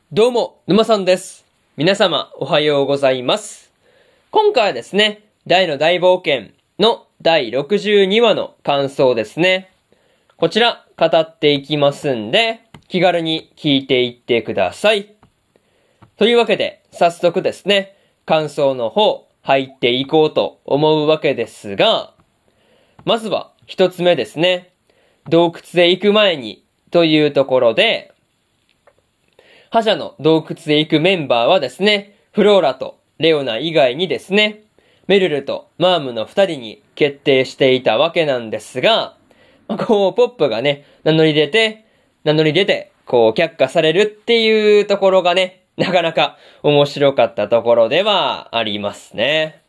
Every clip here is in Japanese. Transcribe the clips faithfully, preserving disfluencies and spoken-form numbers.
どうも、沼さんです。皆様、おはようございます。今回はですね、大の大冒険のだいろくじゅうにわの感想ですね。こちら、語っていきますんで、気軽に聞いていってください。というわけで、早速ですね、感想の方、入っていこうと思うわけですが、まずは一つ目ですね、洞窟へ行く前にというところで、覇者の洞窟へ行くメンバーはですね、フローラとレオナ以外にですね、メルルとマームの二人に決定していたわけなんですが、まあ、こう、ポップがね、名乗り出て、名乗り出て、こう、却下されるっていうところがね、なかなか面白かったところではありますね。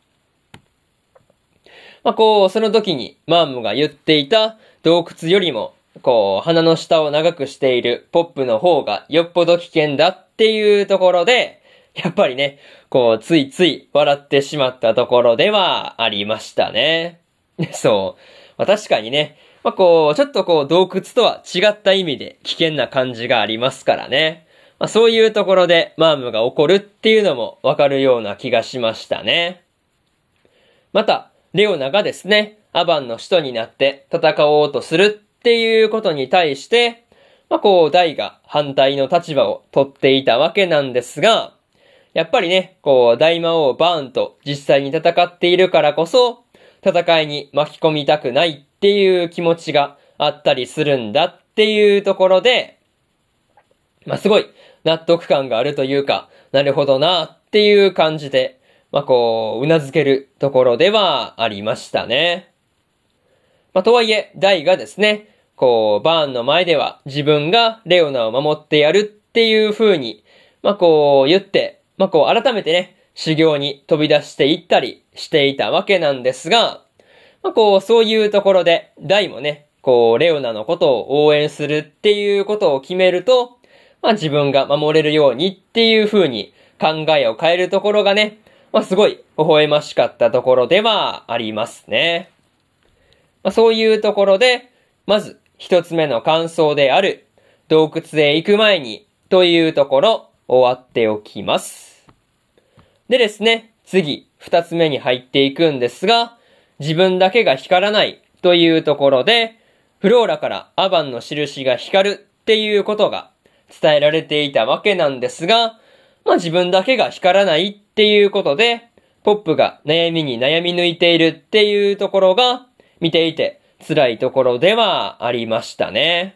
まあ、こう、その時にマームが言っていた洞窟よりも、こう、鼻の下を長くしているポップの方がよっぽど危険だっていうところで、やっぱりね、こう、ついつい笑ってしまったところではありましたね。そう。まあ、確かにね、まあ、こう、ちょっとこう、洞窟とは違った意味で危険な感じがありますからね。まあ、そういうところでマームが怒るっていうのもわかるような気がしましたね。また、レオナがですね、アバンの使徒になって戦おうとするっていうことに対して、まあ、こう、ダイが反対の立場を取っていたわけなんですが、やっぱりね、こう、大魔王バーンと実際に戦っているからこそ、戦いに巻き込みたくないっていう気持ちがあったりするんだっていうところで、まあ、すごい納得感があるというか、なるほどなっていう感じで、まあ、こう、頷けるところではありましたね。まあ、とはいえ、ダイがですね、こう、バーンの前では自分がレオナを守ってやるっていう風に、まあ、こう言って、まあ、こう改めてね、修行に飛び出していったりしていたわけなんですが、まあ、こう、そういうところで、ダイもね、こう、レオナのことを応援するっていうことを決めると、まあ、自分が守れるようにっていう風に考えを変えるところがね、まあ、すごい微笑ましかったところではありますね。まあ、そういうところで、まず一つ目の感想である洞窟へ行く前にというところ終わっておきます。でですね、次二つ目に入っていくんですが、自分だけが光らないというところで、フローラからアバンの印が光るっていうことが伝えられていたわけなんですが、まあ自分だけが光らないっていうことで、ポップが悩みに悩み抜いているっていうところが、見ていて辛いところではありましたね。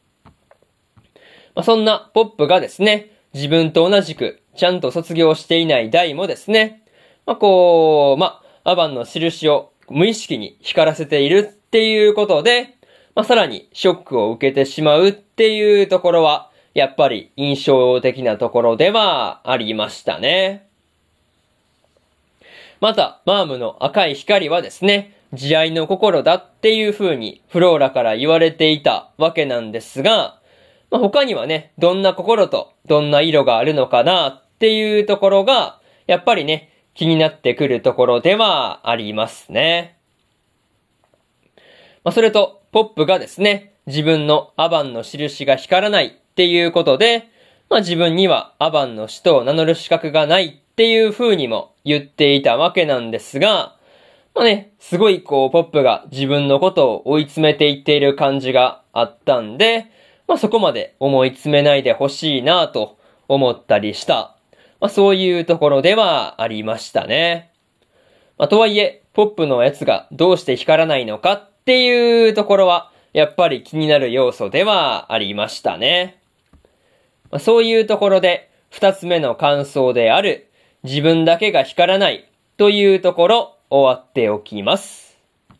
まあ、そんなポップがですね、自分と同じくちゃんと卒業していないダイもですね、まあ、こう、まあ、アバンの印を無意識に光らせているっていうことで、まあ、さらにショックを受けてしまうっていうところは、やっぱり印象的なところではありましたね。また、マームの赤い光はですね、慈愛の心だっていう風にフローラから言われていたわけなんですが、まあ、他にはね、どんな心とどんな色があるのかなっていうところが、やっぱりね、気になってくるところではありますね。まあ、それと、ポップがですね、自分のアバンの印が光らないっていうことで、まあ、自分にはアバンの使徒を名乗る資格がないっていう風にも言っていたわけなんですが、まあね、すごいこう、ポップが自分のことを追い詰めていっている感じがあったんで、まあそこまで思い詰めないでほしいなと思ったりした。まあそういうところではありましたね。まあとはいえ、ポップのやつがどうして光らないのかっていうところは、やっぱり気になる要素ではありましたね。まあ、そういうところで、二つ目の感想である、自分だけが光らないというところ、終わっておきます。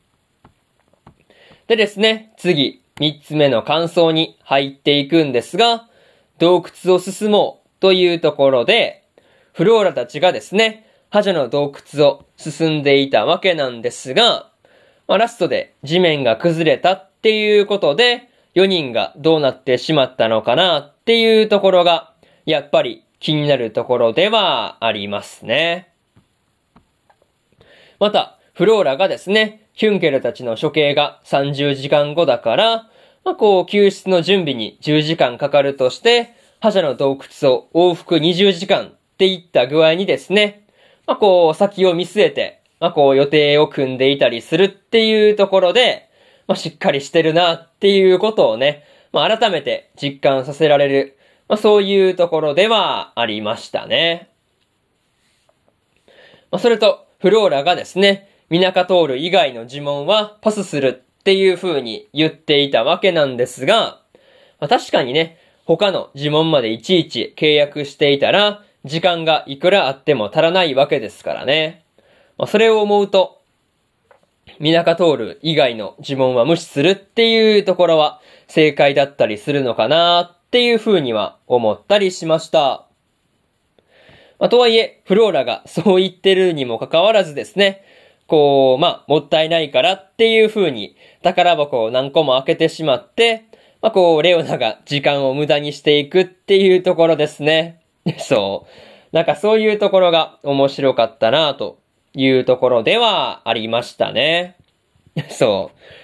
でですね、次、三つ目の感想に入っていくんですが、洞窟を進もうというところで、フローラたちがですね、覇者の洞窟を進んでいたわけなんですが、まあ、ラストで地面が崩れたっていうことで、よにんがどうなってしまったのかなっていうところが、やっぱり気になるところではありますね。また、フローラがですね、ヒュンケルたちの処刑がさんじゅうじかんごだから、まあ、こう、救出の準備にじゅうじかんかかるとして、 覇者の洞窟を往復にじゅうじかんっていった具合にですね、まあこう先を見据えて、まあこう予定を組んでいたりするっていうところで、まあしっかりしてるなっていうことをね、まあ改めて実感させられる、まあそういうところではありましたね。まあそれと、フローラがですね、ミナカトール以外の呪文はパスするっていう風に言っていたわけなんですが、まあ、確かにね、他の呪文までいちいち契約していたら、時間がいくらあっても足らないわけですからね。まあ、それを思うと、ミナカトール以外の呪文は無視するっていうところは正解だったりするのかなっていう風には思ったりしました。まあ、とはいえ、フローラがそう言ってるにもかかわらずですね、こう、まあ、もったいないからっていう風に宝箱を何個も開けてしまって、まあ、こう、レオナが時間を無駄にしていくっていうところですね。そう。なんかそういうところが面白かったなというところではありましたね。そう。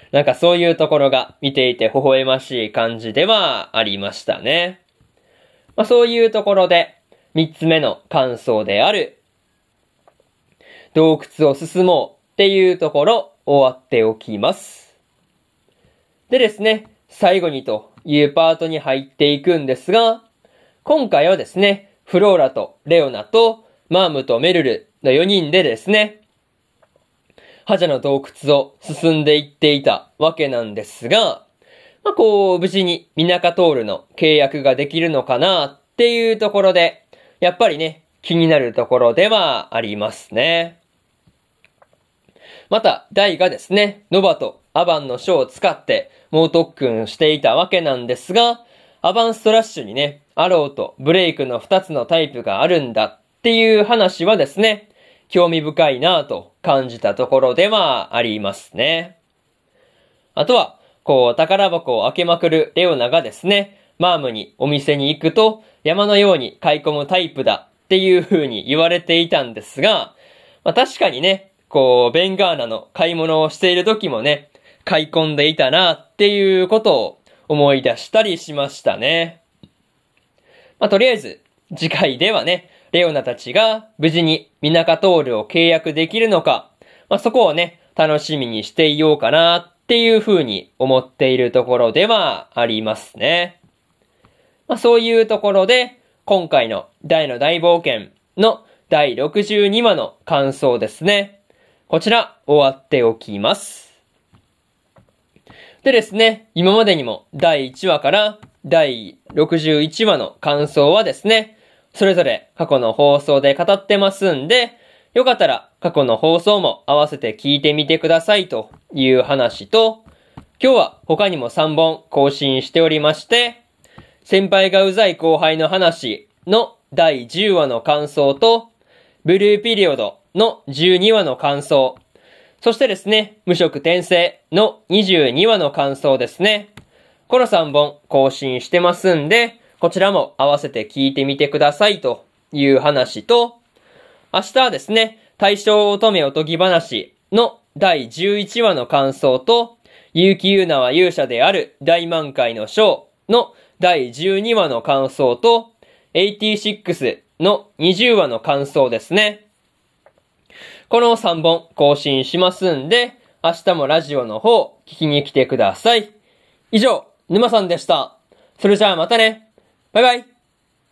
なんかそういうところが見ていて微笑ましい感じではありましたね。まあ、そういうところで、三つ目の感想である、洞窟を進もうっていうところ終わっておきます。でですね、最後にというパートに入っていくんですが、今回はですね、フローラとレオナとマームとメルルのよにんでですね、覇者の洞窟を進んでいっていたわけなんですが、まあ、こう、無事にミナカトールの契約ができるのかなっていうところで、やっぱりね、気になるところではありますね。また、ダイがですね、ノバとアバンの書を使って猛特訓していたわけなんですが、アバンストラッシュにね、アローとブレイクのふたつのタイプがあるんだっていう話はですね、興味深いなぁと感じたところではありますね。あとは、こう、宝箱を開けまくるレオナがですね、マームにお店に行くと山のように買い込むタイプだっていう風に言われていたんですが、まあ確かにね、こう、ベンガーナの買い物をしている時もね、買い込んでいたなっていうことを思い出したりしましたね。まあとりあえず、次回ではね、レオナたちが無事にミナカトールを契約できるのか、まあそこをね、楽しみにしていようかなっていう風に思っているところではありますね。まあそういうところで、今回の大の大冒険のだいろくじゅうにわの感想ですね。こちら終わっておきます。でですね、今までにもだいいちわからだいろくじゅういちわの感想はですね、それぞれ過去の放送で語ってますんで、よかったら過去の放送も合わせて聞いてみてくださいという話と、今日は他にもさんぼん更新しておりまして、先輩がうざい後輩の話のだいじゅうわの感想と、ブルーピリオドのじゅうにわの感想、そしてですね、無色転生のにじゅうにわの感想ですね。このさんぼん更新してますんで、こちらも合わせて聞いてみてくださいという話と、明日はですね、大正乙女おとぎ話のだいじゅういちわの感想と、結城優奈は勇者である大満開の章のだいじゅうにわの感想と、はちじゅうろくのにじゅうわの感想ですね。このさんぼん更新しますんで、明日もラジオの方聞きに来てください。以上、沼さんでした。それじゃあまたね。バイバイ。